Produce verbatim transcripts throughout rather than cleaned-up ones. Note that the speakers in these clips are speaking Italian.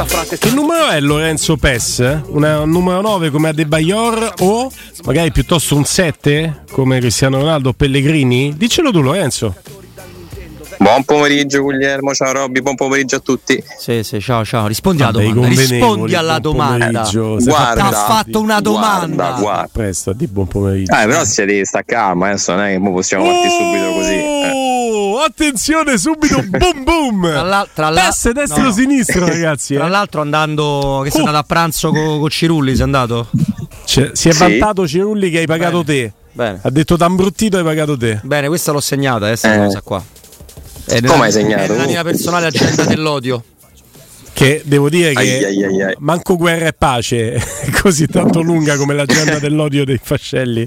Che numero è Lorenzo Pes? Una, un numero nove come Adebayor o magari piuttosto un sette come Cristiano Ronaldo o Pellegrini? Dicelo tu, Lorenzo. Buon pomeriggio Guglielmo, ciao Robby, buon pomeriggio a tutti. Sì, sì, ciao, ciao. Rispondi alla domanda. Rispondi alla domanda. Guarda, ti ha fatto una domanda. Guarda, guarda. Presto, di buon pomeriggio. Eh, però se devi sta calma, adesso non è che possiamo partire subito così. Oh, eh. attenzione, subito boom boom. Tra l'altro, tra l'altro, Pass destro no. sinistro, ragazzi. Tra eh. l'altro andando che sei oh. andato a pranzo con co Cirulli, sei andato? Cioè, si è sì. vantato Cirulli che hai pagato Bene. te. Bene. Ha detto t'ambruttito hai pagato te. Bene, questa l'ho segnata, questa eh. cosa qua. È Come hai segnato? È nella mia personale agenda dell'odio. Che devo dire che ai, ai, ai, ai. manco Guerra e Pace è così tanto lunga come l'agenda dell'odio dei fascelli.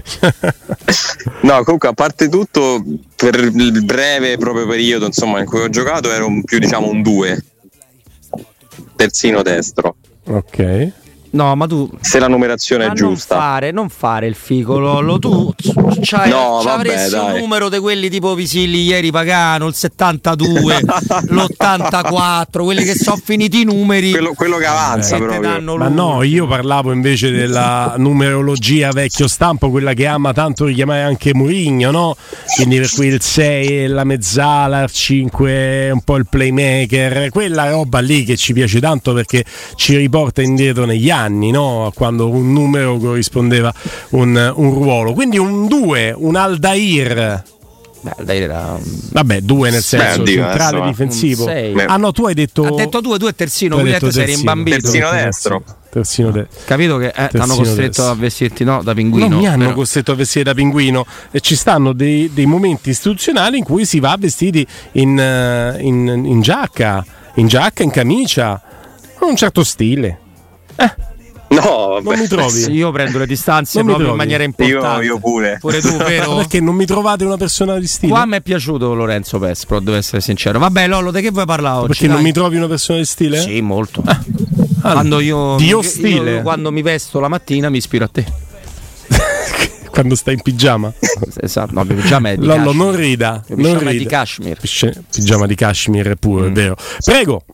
No, comunque a parte tutto, per il breve proprio periodo insomma in cui ho giocato ero un, più diciamo un due, terzino destro. Ok. No, ma tu se la numerazione ma è giusta. Non fare, non fare il fico, Lollo. Tu c'hai, no, c'avresti vabbè, un dai. numero di quelli tipo Visilli ieri Pagano, il settantadue, l'ottantaquattro, quelli che sono finiti i numeri. Quello, quello che avanza, eh, proprio. Ma no, io parlavo invece della numerologia vecchio stampo, quella che ama tanto richiamare anche Mourinho, no? Quindi per cui il sei, la mezzala, il cinque, un po' il playmaker, quella roba lì che ci piace tanto perché ci riporta indietro negli anni. Anni, no? Quando un numero corrispondeva un, un ruolo, quindi un due, un Aldair. Beh, Aldair era vabbè, due nel senso Beh, oddio, centrale adesso, difensivo. Beh. Ah no, tu hai detto ha detto due, due terzino, hai Guglietto detto sei rimbambito. Terzino destro. Terzino de- Capito che eh, ti hanno costretto destro. a vestirti no da pinguino. Non mi hanno però. costretto a vestire da pinguino e ci stanno dei, dei momenti istituzionali in cui si va vestiti in, in, in giacca, in giacca, in camicia, con un certo stile. Eh. No, non mi trovi. Io prendo le distanze non proprio in maniera importante. Io, io pure. Pure tu, vero? Perché non mi trovate una persona di stile? Qua mi è piaciuto Lorenzo Pes, però devo essere sincero. Vabbè, Lollo, di che vuoi parlare oggi? Perché dai? non mi trovi una persona di stile? Sì, molto. Ah. Quando io, Dio io, stile. io quando mi vesto la mattina mi ispiro a te. Quando stai in pigiama? Esatto, no, il pigiama è di Lollo, cashmere. non rida. Il Non pigiama è rida. di cashmere. Pigiama di cashmere pure, mm. è vero. Prego.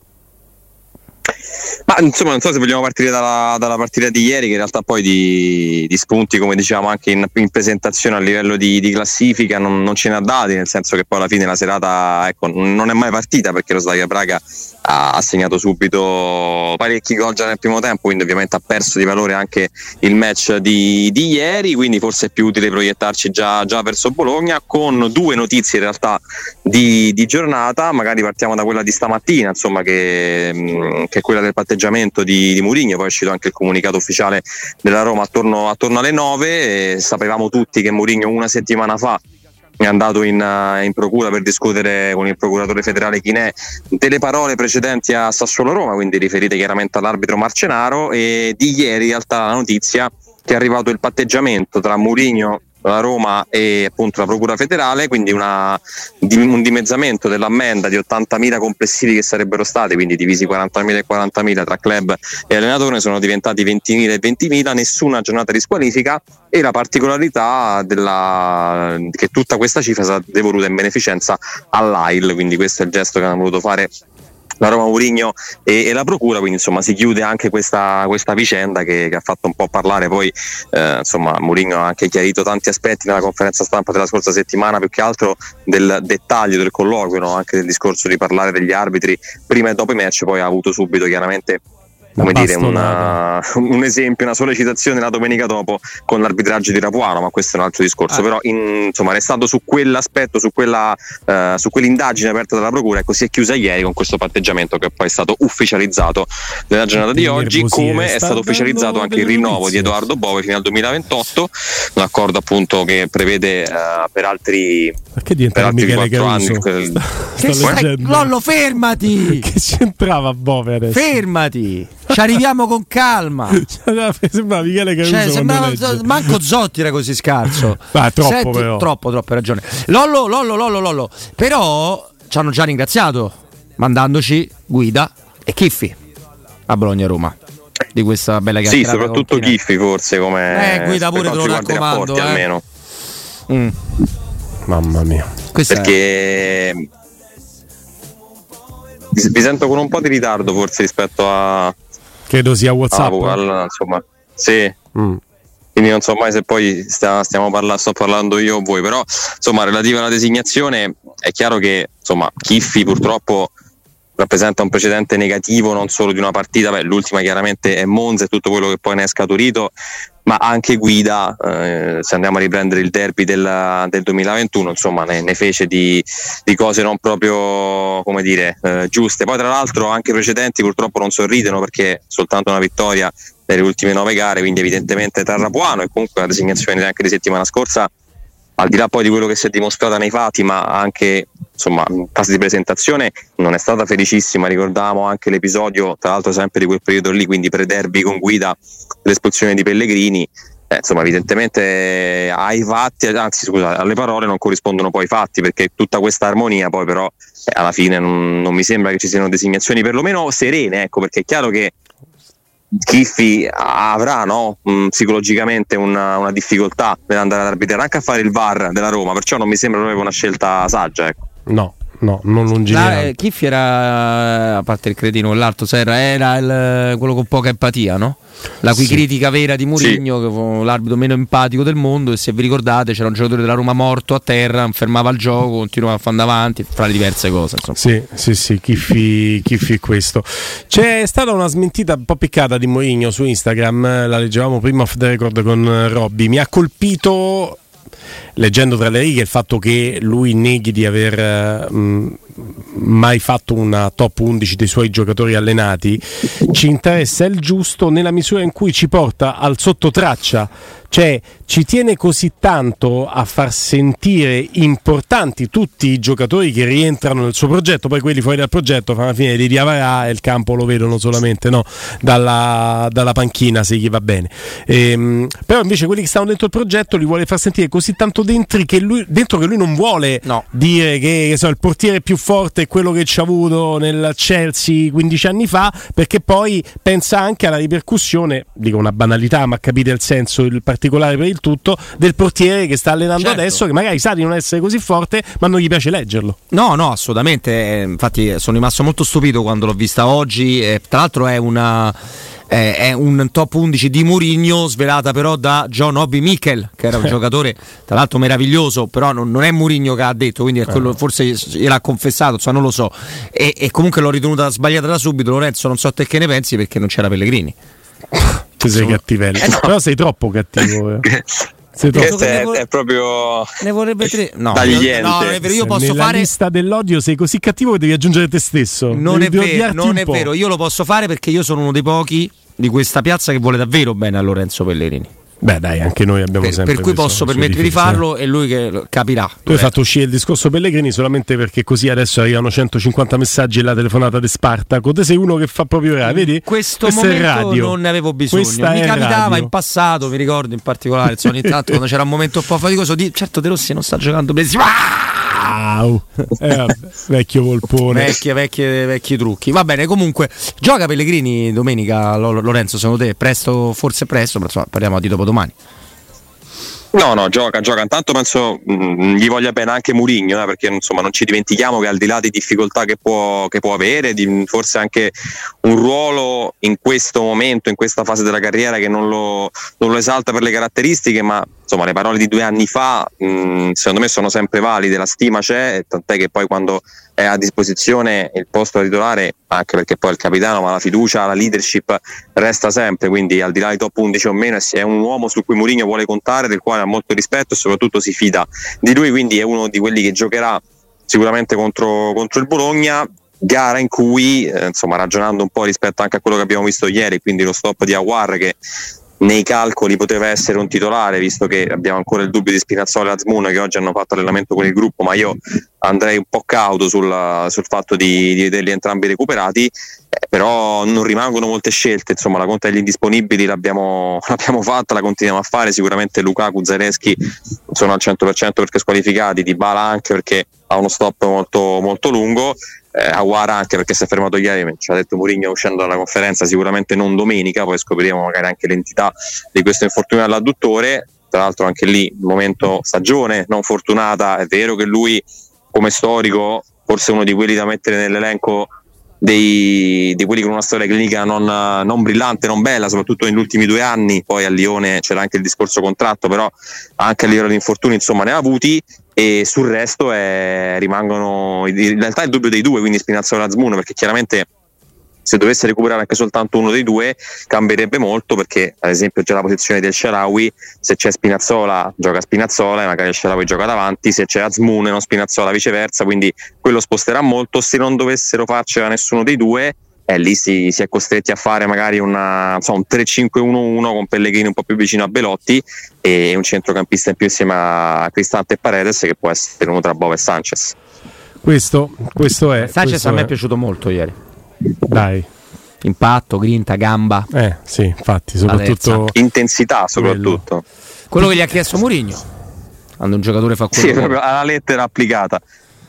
Ma insomma non so se vogliamo partire dalla, dalla partita di ieri, che in realtà poi di, di spunti, come diciamo anche in, in presentazione a livello di, di classifica non, non ce ne ha dati, nel senso che poi alla fine la serata ecco, non è mai partita perché lo Slavia Praga ha, ha segnato subito parecchi gol già nel primo tempo, quindi ovviamente ha perso di valore anche il match di, di ieri, quindi forse è più utile proiettarci già, già verso Bologna con due notizie in realtà di, di giornata. Magari partiamo da quella di stamattina, insomma, che, che è quella del patteggiamento di, di Mourinho. Poi è uscito anche il comunicato ufficiale della Roma attorno, attorno alle nove e sapevamo tutti che Mourinho una settimana fa è andato in, in procura per discutere con il procuratore federale Chinè delle parole precedenti a Sassuolo Roma, quindi riferite chiaramente all'arbitro Marcenaro, e di ieri in realtà la notizia che è arrivato il patteggiamento tra Mourinho, la Roma e appunto la procura federale, quindi una, un dimezzamento dell'ammenda di ottantamila complessivi che sarebbero stati, quindi divisi quarantamila e quarantamila tra club e allenatore, sono diventati ventimila e ventimila, nessuna giornata di squalifica, e la particolarità della, che tutta questa cifra sarà devoluta in beneficenza all'A I L, quindi questo è il gesto che hanno voluto fare la Roma, Mourinho e, e la procura, quindi insomma si chiude anche questa, questa vicenda che, che ha fatto un po' parlare. Poi eh, insomma Mourinho ha anche chiarito tanti aspetti nella conferenza stampa della scorsa settimana, più che altro del dettaglio del colloquio, no? Anche del discorso di parlare degli arbitri prima e dopo i match. Poi ha avuto subito chiaramente come dire, una, un esempio, una sollecitazione la domenica dopo con l'arbitraggio di Rapuano, ma questo è un altro discorso. Ah. Però in, insomma restando su quell'aspetto, su quella uh, su quell'indagine aperta dalla procura, ecco, si è chiusa ieri con questo patteggiamento che poi è stato ufficializzato nella giornata di oggi, come è stato ufficializzato anche il rinnovo di Edoardo Bove fino al duemilaventotto, un accordo appunto che prevede uh, per altri perché per altri Michele quattro anni. Sta, che sta stai, Lollo, fermati! Che c'entrava Bove adesso? Fermati! Ci arriviamo con calma. Sembrava Michele Caruso, cioè, sembrava manco Zotti era così scarso. Ah, troppo, Senti, però. troppo, troppo, hai ragione. Lollo, Lollo, Lollo, Lollo. Però ci hanno già ringraziato mandandoci Guida e Chiffi a Bologna-Roma di questa bella chiacchierata. Sì, soprattutto Chiffi forse come eh, Guida pure te lo raccomando, rapporti, eh. almeno. Mm. Mamma mia. Questa perché è... vi sento con un po' di ritardo forse rispetto a credo sia WhatsApp a, al, insomma sì mm. quindi non so mai se poi sta, stiamo parlando sto parlando io o voi, però insomma relativa alla designazione è chiaro che insomma Chiffi purtroppo rappresenta un precedente negativo non solo di una partita, beh, l'ultima chiaramente è Monza e tutto quello che poi ne è scaturito, ma anche Guida, eh, se andiamo a riprendere il derby del, del duemilaventuno, insomma ne, ne fece di, di cose non proprio, come dire, eh, giuste. Poi tra l'altro anche i precedenti purtroppo non sorridono, perché soltanto una vittoria nelle ultime nove gare, quindi evidentemente Tarrapuano, e comunque la designazione anche di settimana scorsa, al di là poi di quello che si è dimostrata nei fatti, ma anche insomma in fase di presentazione non è stata felicissima. Ricordavamo anche l'episodio, tra l'altro sempre di quel periodo lì, quindi pre-derby con Guida, l'espulsione di Pellegrini. Eh, insomma evidentemente ai fatti, anzi scusa, alle parole non corrispondono poi i fatti, perché tutta questa armonia poi però eh, alla fine non, non mi sembra che ci siano designazioni perlomeno serene, ecco, perché è chiaro che Chiffi avrà no, mh, psicologicamente una, una difficoltà nell'andare ad arbitrare, anche a fare il V A R della Roma, perciò non mi sembra proprio una scelta saggia, ecco. No, no, non lungimirante. Eh, Chiffi era, a parte il cretino, l'altro Serra, era il, quello con poca empatia, no? La cui sì. critica vera di Mourinho, sì. che fu l'arbitro meno empatico del mondo, e se vi ricordate c'era un giocatore della Roma morto a terra, fermava il gioco, continuava a andare avanti, fra le diverse cose, insomma. Sì, sì, sì, Chiffi, Chiffi è questo. C'è stata una smentita un po' piccata di Mourinho su Instagram, la leggevamo prima off the record con Robby, mi ha colpito, leggendo tra le righe, il fatto che lui neghi di aver mh, mai fatto una top undici dei suoi giocatori allenati. Ci interessa il giusto nella misura in cui ci porta al sottotraccia, cioè ci tiene così tanto a far sentire importanti tutti i giocatori che rientrano nel suo progetto, poi quelli fuori dal progetto fanno la fine di Diavara e il campo lo vedono solamente no, dalla, dalla panchina, se gli va bene. Ehm, però invece quelli che stanno dentro il progetto li vuole far sentire così tanto dentro che lui, dentro che lui non vuole no. dire che, che so, il portiere più forte è quello che ci ha avuto nel Chelsea quindici anni fa, perché poi pensa anche alla ripercussione, dico una banalità ma capite il senso, il particolare per il tutto, del portiere che sta allenando certo. adesso, che magari sa di non essere così forte ma non gli piace leggerlo. No, no, assolutamente, infatti sono rimasto molto stupito quando l'ho vista oggi, e tra l'altro è una eh, è un top undici di Mourinho svelata però da John Obi Mikel, che era un giocatore tra l'altro meraviglioso, però non, non è Mourinho che ha detto, quindi è quello, forse gliel'ha confessato, insomma, non lo so, e, e comunque l'ho ritenuta sbagliata da subito. Lorenzo, non so te che ne pensi, perché non c'era Pellegrini. Tu sei cattivello, eh no. Però sei troppo cattivo. Eh. Sei troppo. Questo è, è proprio ne vorrebbe tre. No, tagliente. No, non è vero, io posso nella fare. lista dell'odio sei così cattivo che devi aggiungere te stesso. Non devi è vero, non è po'. vero, io lo posso fare perché io sono uno dei pochi di questa piazza che vuole davvero bene a Lorenzo Pellegrini. Beh dai, anche noi abbiamo per, sempre per cui posso permettere di farlo e lui che capirà. Tu hai fatto uscire il discorso Pellegrini solamente perché così adesso arrivano centocinquanta messaggi e la telefonata di Spartaco. Te sei uno che fa proprio radio, vedi? Questo Questo momento è radio. Non ne avevo bisogno. Questa mi capitava radio. In passato, mi ricordo in particolare, insomma, ogni tanto quando c'era un momento un po' faticoso di certo De Rossi non sta giocando benissimo. Wow. Eh, vabbè, vecchio volpone. Vecchie, vecchie, vecchi trucchi. Va bene, comunque gioca Pellegrini domenica, Lorenzo, secondo te? Presto, forse presto, però insomma, parliamo di dopodomani. No, no, gioca, gioca. Intanto penso mh, gli voglia bene anche Mourinho, eh, perché insomma non ci dimentichiamo che al di là di difficoltà che può, che può avere, di, forse anche un ruolo in questo momento, in questa fase della carriera che non lo, non lo esalta per le caratteristiche, ma insomma le parole di due anni fa mh, secondo me sono sempre valide, la stima c'è, tant'è che poi quando è a disposizione il posto da titolare, anche perché poi è il capitano, ma la fiducia, la leadership resta sempre, quindi al di là di top undici o meno è un uomo su cui Mourinho vuole contare, del quale ha molto rispetto e soprattutto si fida di lui, quindi è uno di quelli che giocherà sicuramente contro, contro il Bologna, gara in cui eh, insomma ragionando un po' rispetto anche a quello che abbiamo visto ieri, quindi lo stop di Aouar che nei calcoli poteva essere un titolare, visto che abbiamo ancora il dubbio di Spinazzola e Azmoun che oggi hanno fatto allenamento con il gruppo, ma io andrei un po' cauto sul, sul fatto di, di vederli entrambi recuperati, eh, però non rimangono molte scelte, insomma la conta degli indisponibili l'abbiamo, l'abbiamo fatta, la continuiamo a fare, sicuramente Lukaku, Zalewski sono al cento per cento perché squalificati, Dybala anche perché ha uno stop molto, molto lungo, eh, Aouar anche perché si è fermato ieri, ci ha detto Mourinho uscendo dalla conferenza, sicuramente non domenica, poi scopriremo magari anche l'entità di questo infortunio all'adduttore. Tra l'altro anche lì momento stagione non fortunata, è vero che lui come storico forse uno di quelli da mettere nell'elenco dei, di quelli con una storia clinica non, non brillante, non bella, soprattutto negli ultimi due anni. Poi a Lione c'era anche il discorso contratto, però anche a livello di infortuni insomma ne ha avuti, e sul resto è, rimangono in realtà il dubbio dei due, quindi Spinazzola e Azmoun, perché chiaramente se dovesse recuperare anche soltanto uno dei due cambierebbe molto, perché ad esempio già la posizione del Shaarawy, se c'è Spinazzola gioca Spinazzola e magari il Shaarawy gioca davanti, se c'è Azmoun e non Spinazzola viceversa, quindi quello sposterà molto. Se non dovessero farcela nessuno dei due, eh, lì si, si è costretti a fare magari una, insomma, un tre cinque uno uno con Pellegrini un po' più vicino a Belotti e un centrocampista in più insieme a Cristante e Paredes, che può essere uno tra Bova e Sanchez. Questo, questo è Sanchez questo a me è. è piaciuto molto ieri. Dai. Impatto, grinta, gamba. Eh sì, infatti, soprattutto intensità, soprattutto. Quello, quello che gli ha chiesto Mourinho. Quando un giocatore fa quello. Sì, proprio alla lettera applicata.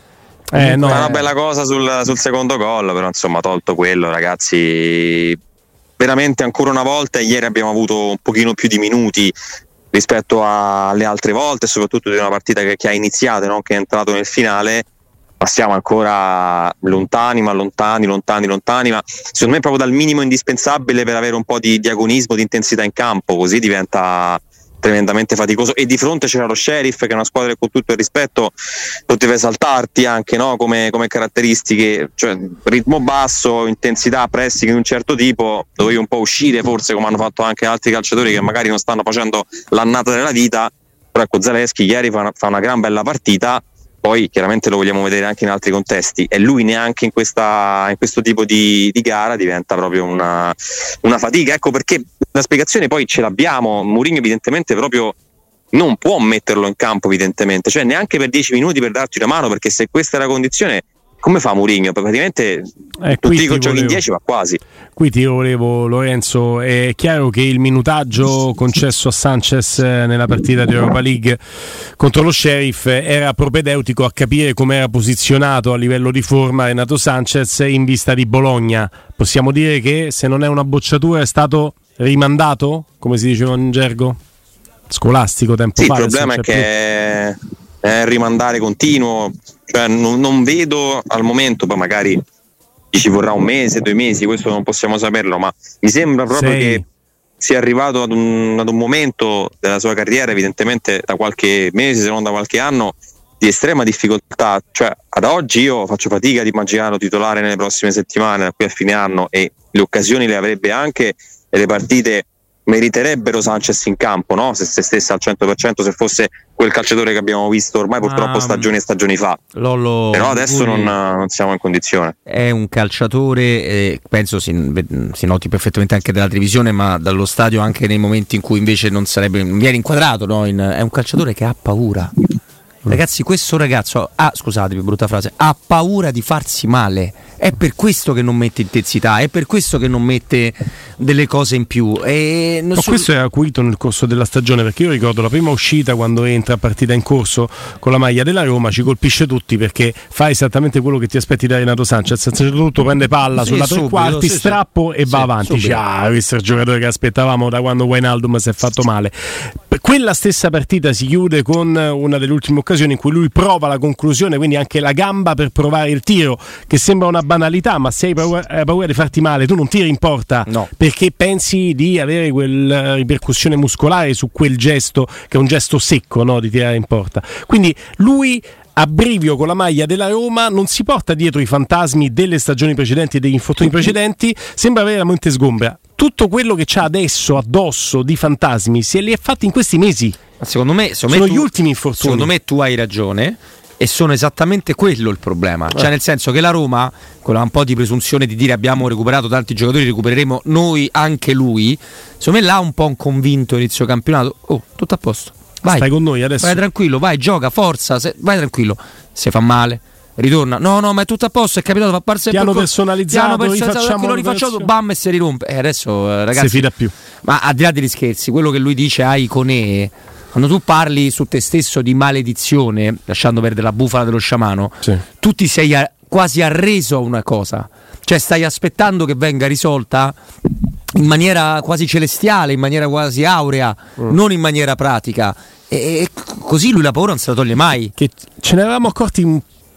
Eh, no, è una bella cosa sul, sul secondo gol, però insomma, tolto quello, ragazzi, veramente ancora una volta ieri abbiamo avuto un pochino più di minuti rispetto alle altre volte, soprattutto di una partita che, che ha iniziato e non che è entrato nel finale. Ma siamo ancora lontani, ma lontani, lontani, lontani, ma secondo me proprio dal minimo indispensabile per avere un po' di, di agonismo, di intensità in campo, così diventa tremendamente faticoso. E di fronte c'era lo Sheriff, che è una squadra che con tutto il rispetto poteva esaltarti anche, no? come, come caratteristiche, cioè ritmo basso, intensità, pressing di un certo tipo, dovevi un po' uscire forse, come hanno fatto anche altri calciatori che magari non stanno facendo l'annata della vita. Però ecco, Zalewski ieri fa una, fa una gran bella partita. Poi chiaramente lo vogliamo vedere anche in altri contesti, e lui neanche in, questa, in questo tipo di, di gara diventa proprio una, una fatica. Ecco perché la spiegazione poi ce l'abbiamo. Mourinho evidentemente proprio non può metterlo in campo, evidentemente, cioè neanche per dieci minuti per darti una mano, perché se questa è la condizione, come fa Mourinho? Praticamente eh, tutti i giochi in dieci, ma quasi. Qui ti volevo, Lorenzo, è chiaro che il minutaggio concesso a Sanchez nella partita di Europa League contro lo Sheriff era propedeutico a capire come era posizionato a livello di forma Renato Sanchez in vista di Bologna. Possiamo dire che se non è una bocciatura è stato rimandato, come si diceva in gergo scolastico tempo sì, fa. Il problema è che più. è rimandare continuo, cioè non, non vedo al momento, poi magari ci vorrà un mese, due mesi, questo non possiamo saperlo, ma mi sembra proprio Sei. che sia arrivato ad un, ad un momento della sua carriera, evidentemente da qualche mese, se non da qualche anno, di estrema difficoltà. Cioè ad oggi io faccio fatica ad immaginarlo titolare nelle prossime settimane, da qui a fine anno, e le occasioni le avrebbe anche e le partite meriterebbero Sanchez in campo, no? Se, se stesse al cento per cento, se fosse quel calciatore che abbiamo visto ormai purtroppo ah, stagioni e stagioni fa. Lollo, però adesso non, non siamo in condizione. È un calciatore, eh, penso si, si noti perfettamente anche dalla televisione, ma dallo stadio anche nei momenti in cui invece non sarebbe, non viene inquadrato, no? In, è un calciatore che ha paura. Ragazzi, questo ragazzo ha, scusatemi, brutta frase, ha paura di farsi male. È per questo che non mette intensità, è per questo che non mette delle cose in più. E non Ma so... questo è acuito nel corso della stagione, perché io ricordo la prima uscita quando entra a partita in corso con la maglia della Roma, ci colpisce tutti perché fa esattamente quello che ti aspetti da Renato Sanchez. Innanzitutto prende palla sì, sulla tre quarti, sì, strappo sì, e va sì, avanti. Dice, ah, questo è il giocatore che aspettavamo da quando Wijnaldum si è fatto male. Quella stessa partita si chiude con una delle ultime occasioni in cui lui prova la conclusione, quindi anche la gamba per provare il tiro, che sembra una banalità, ma se hai paura, hai paura di farti male, tu non tiri in porta, no, perché pensi di avere quella ripercussione muscolare su quel gesto, che è un gesto secco, no, di tirare in porta. Quindi lui, a brivio con la maglia della Roma, non si porta dietro i fantasmi delle stagioni precedenti e degli infortuni precedenti, sembra avere la mente sgombra. Tutto quello che c'ha adesso addosso di fantasmi se li è fatti in questi mesi. Secondo me, secondo sono me gli tu, ultimi infortuni. Secondo me tu hai ragione, e sono esattamente quello il problema. Eh. Cioè, nel senso che la Roma, con un po' di presunzione di dire abbiamo recuperato tanti giocatori, recupereremo noi anche lui, secondo me là un po' un convinto inizio campionato. Oh, tutto a posto. Vai. Stai con noi adesso. Vai tranquillo, vai, gioca, forza, se, vai tranquillo. Se fa male, ritorna. No, no, ma è tutto a posto, è capitato, fa parte piano personalizzato, piano personalizzato, lo rifacciamo, bam, e si rirompe. E eh, adesso ragazzi, si fida più. Ma al di là degli scherzi, quello che lui dice a Iconè, quando tu parli su te stesso di maledizione, lasciando perdere la bufala dello sciamano, sì, tu ti sei a, quasi arreso a una cosa. Cioè stai aspettando che venga risolta in maniera quasi celestiale, in maniera quasi aurea, mm. non in maniera pratica. E, e così lui la paura non se la toglie mai. Che ce ne eravamo accorti un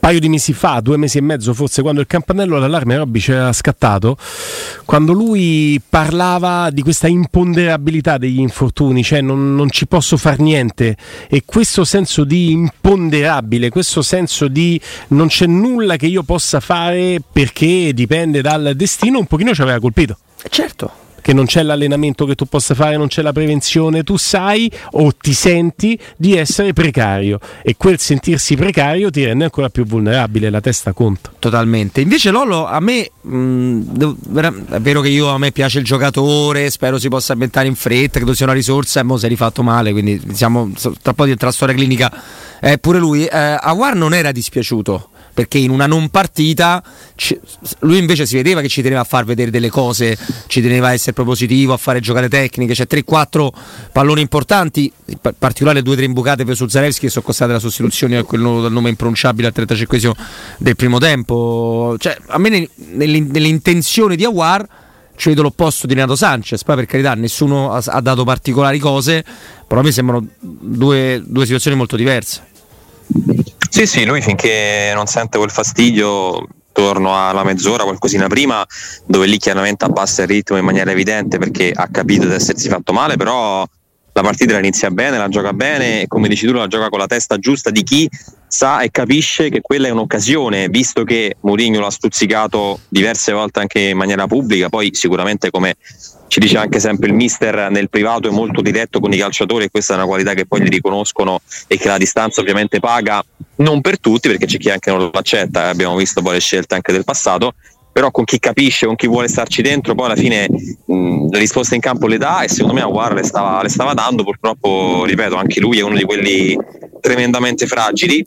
paio di mesi fa, due mesi e mezzo forse, quando il campanello d'allarme Robby c'era scattato, quando lui parlava di questa imponderabilità degli infortuni, cioè non, non ci posso far niente, e questo senso di imponderabile, questo senso di non c'è nulla che io possa fare perché dipende dal destino, un pochino ci aveva colpito. Certo. Che non c'è l'allenamento che tu possa fare, non c'è la prevenzione, tu sai o ti senti di essere precario, e quel sentirsi precario ti rende ancora più vulnerabile, la testa conta. Totalmente. Invece Lollo, a me mh, è vero che io a me piace il giocatore, spero si possa ambientare in fretta, che tu sia una risorsa, e mo si è rifatto male, quindi siamo tra un po' di tra storia clinica, eh, pure lui. Eh, Aouar non era dispiaciuto, perché in una non partita c- lui invece si vedeva che ci teneva a far vedere delle cose, ci teneva a essere propositivo, a fare giocate tecniche, c'è tre quattro palloni importanti, in particolare due tre imbucate per Zalewski che sono costate la sostituzione a quel nome impronunciabile al trentacinquesimo del primo tempo. Cioè, a me ne, nelle, nelle intenzioni di Aouar ci vedo l'opposto di Renato Sanchez, poi per carità nessuno ha, ha dato particolari cose, però a me sembrano due, due situazioni molto diverse. Sì, sì, lui finché non sente quel fastidio, torno alla mezz'ora, qualcosina prima, dove lì chiaramente abbassa il ritmo in maniera evidente perché ha capito di essersi fatto male, però la partita la inizia bene, la gioca bene, e come dici tu la gioca con la testa giusta di chi sa e capisce che quella è un'occasione, visto che Mourinho l'ha stuzzicato diverse volte anche in maniera pubblica. Poi sicuramente, come ci dice anche sempre il mister, nel privato è molto diretto con i calciatori, e questa è una qualità che poi gli riconoscono e che la distanza ovviamente paga, non per tutti, perché c'è chi anche non lo accetta, abbiamo visto poi le scelte anche del passato, però con chi capisce, con chi vuole starci dentro, poi alla fine mh, le risposte in campo le dà, e secondo me Aouar le stava, le stava dando. Purtroppo, ripeto, anche lui è uno di quelli tremendamente fragili,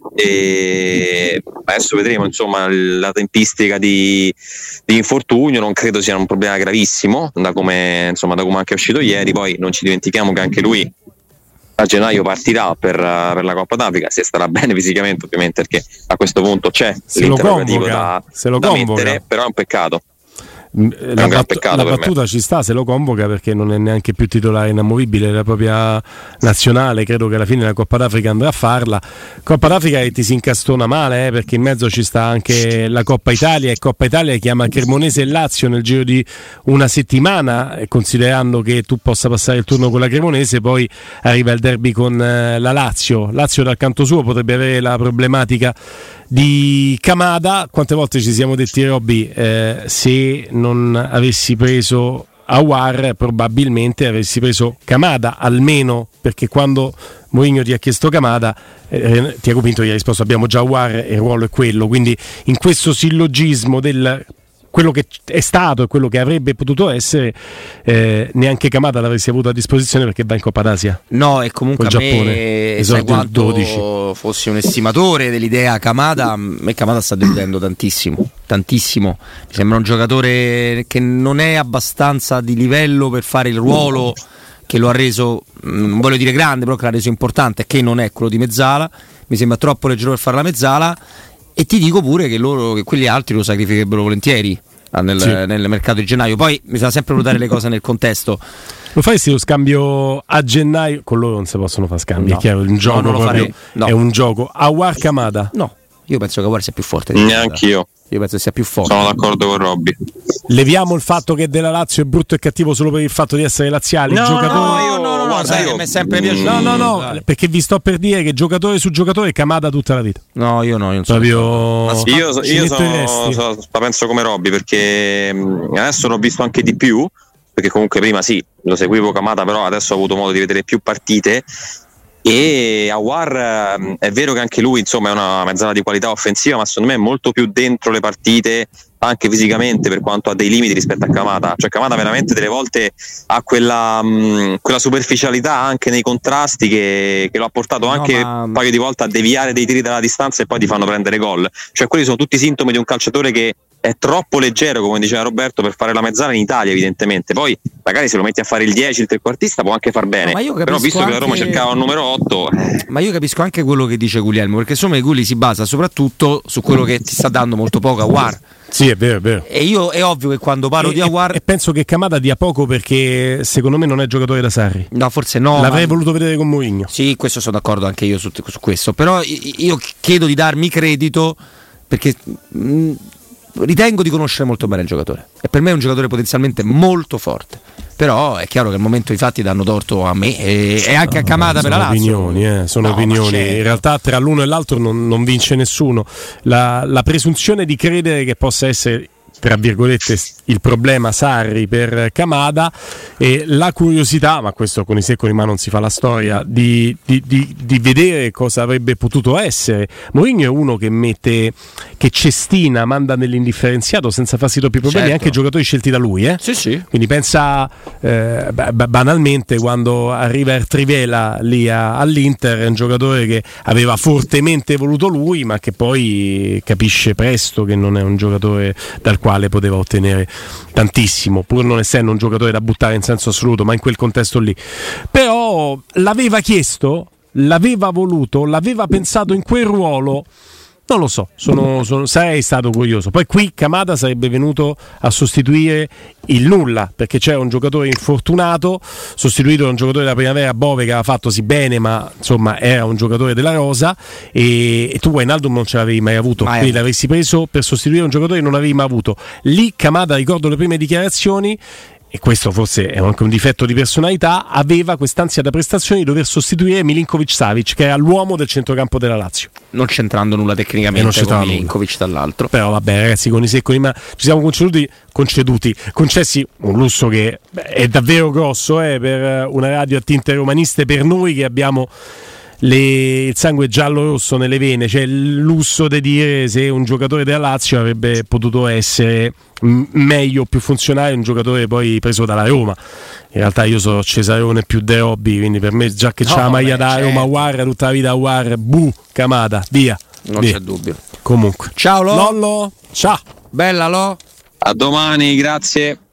e adesso vedremo insomma la tempistica di, di infortunio. Non credo sia un problema gravissimo da come, insomma, da come anche è uscito ieri. Poi non ci dimentichiamo che anche lui a gennaio partirà per, per la Coppa d'Africa, se starà bene fisicamente ovviamente, perché a questo punto c'è se l'interrogativo lo da, se lo da convoca. mettere, però è un peccato. La, un gran bat- peccato la per battuta me. Ci sta se lo convoca, perché non è neanche più titolare inamovibile della propria nazionale. Credo che alla fine la Coppa d'Africa andrà a farla. Coppa d'Africa che ti si incastona male, eh, perché in mezzo ci sta anche la Coppa Italia, e Coppa Italia chiama Cremonese e Lazio nel giro di una settimana, e considerando che tu possa passare il turno con la Cremonese, poi arriva il derby con eh, la Lazio. Lazio dal canto suo potrebbe avere la problematica di Kamada. Quante volte ci siamo detti, Robby, eh, se non avessi preso Aouar probabilmente avessi preso Kamada, almeno perché quando Mourinho ti ha chiesto Kamada, eh, Tiago Pinto gli ha risposto abbiamo già Aouar e il ruolo è quello. Quindi in questo sillogismo del quello che è stato e quello che avrebbe potuto essere, eh, neanche Kamada l'avresti avuto a disposizione, perché va in Coppa d'Asia. No, e comunque col a Giappone, me, esordio sai quanto dodici. fossi un estimatore dell'idea Kamada, a me Kamada sta deludendo tantissimo, tantissimo. Mi sembra un giocatore che non è abbastanza di livello per fare il ruolo che lo ha reso, non voglio dire grande, però che l'ha reso importante, che non è quello di mezzala. Mi sembra troppo leggero per fare la mezzala, e ti dico pure che loro, che quegli altri lo sacrificherebbero volentieri nel, sì. nel mercato di gennaio. Poi bisogna sempre valutare le cose nel contesto. Lo faresti lo scambio a gennaio? Con loro non si possono fare scambi, no. è chiaro, un gioco, no, proprio, no. È un gioco. Aouar Kamada? No, io penso che Aouar sia più forte di Neanche io. Io penso che sia più forte. Sono d'accordo con Robby. Leviamo il fatto che della Lazio è brutto e cattivo solo per il fatto di essere laziali. No, giocatore... no, io, no, no, no, guarda, sai io... che mi è sempre piaciuto. No, no, no, perché vi sto per dire che giocatore su giocatore Kamada tutta la vita. No, io no, io non so. Proprio... Io, so, io sono, so, la penso come Robby, perché adesso l'ho visto anche di più, perché comunque prima sì, lo seguivo Kamada, però adesso ho avuto modo di vedere più partite. E Aouar è vero che anche lui insomma è una mezzala di qualità offensiva, ma secondo me è molto più dentro le partite anche fisicamente, per quanto ha dei limiti rispetto a Kamada. Cioè Kamada veramente delle volte ha quella, mh, quella superficialità anche nei contrasti che, che lo ha portato anche no, ma... un paio di volte a deviare dei tiri dalla distanza e poi ti fanno prendere gol. Cioè quelli sono tutti sintomi di un calciatore che è troppo leggero, come diceva Roberto, per fare la mezzala in Italia evidentemente. Poi magari se lo metti a fare il dieci, il trequartista può anche far bene, no, però visto anche... che la Roma cercava un numero otto eh. Ma io capisco anche quello che dice Guglielmo, perché insomma Gulli si basa soprattutto su quello che ti sta dando molto poco Aouar. Sì, è vero, è vero. E io è ovvio che quando parlo e, di Aouar e penso che Kamada dia poco, perché secondo me non è giocatore da Sarri. No, forse no. L'avrei ma... voluto vedere con Mourinho. Sì, questo sono d'accordo anche io su, su questo. Però io chiedo di darmi credito perché mh, ritengo di conoscere molto bene il giocatore e per me è un giocatore potenzialmente molto forte, però è chiaro che al momento i fatti danno torto a me e, e anche a Kamada per la Lazio. Opinioni, eh, sono no, opinioni, in realtà tra l'uno e l'altro non, non vince nessuno. La, la presunzione di credere che possa essere, tra virgolette, il problema Sarri per Kamada e la curiosità, ma questo con i se e con i ma non si fa la storia, di, di, di, di vedere cosa avrebbe potuto essere. Mourinho è uno che mette, che cestina, manda nell'indifferenziato senza farsi troppi problemi, certo, anche giocatori scelti da lui, eh? Sì, sì. Quindi pensa eh, b- banalmente quando arriva Ertrivela lì a, all'Inter, è un giocatore che aveva fortemente voluto lui, ma che poi capisce presto che non è un giocatore dal quale poteva ottenere tantissimo, pur non essendo un giocatore da buttare in senso assoluto, ma in quel contesto lì. Però l'aveva chiesto, l'aveva voluto, l'aveva pensato in quel ruolo. Non lo so, sono, sono, sarei stato curioso. Poi qui Kamada sarebbe venuto a sostituire il nulla, perché c'era un giocatore infortunato, sostituito da un giocatore della primavera, Bove, che aveva fatto sì bene, ma insomma era un giocatore della rosa, e, e tu Wijnaldum non ce l'avevi mai avuto, mai quindi l'avresti preso per sostituire un giocatore che non avevi mai avuto. Lì Kamada, ricordo le prime dichiarazioni, e questo forse è anche un difetto di personalità, aveva quest'ansia da prestazioni di dover sostituire Milinkovic-Savic, che era l'uomo del centrocampo della Lazio, non c'entrando nulla tecnicamente con Milinkovic dall'altro. Però vabbè ragazzi, con i se e con i ma ci siamo conceduti, conceduti concessi un lusso che è davvero grosso, eh, per una radio a tinte romaniste, per noi che abbiamo Le, il sangue giallo-rosso nelle vene, c'è il lusso di dire se un giocatore della Lazio avrebbe potuto essere m- meglio, più funzionale, un giocatore poi preso dalla Roma. In realtà io sono Cesarone più De Robbi, quindi per me già che no, c'ha la maglia da Roma War, tutta la vita War, bu, Kamada, via, non via. C'è dubbio. Comunque ciao Lo. Lollo, ciao, bella Lo, a domani, grazie.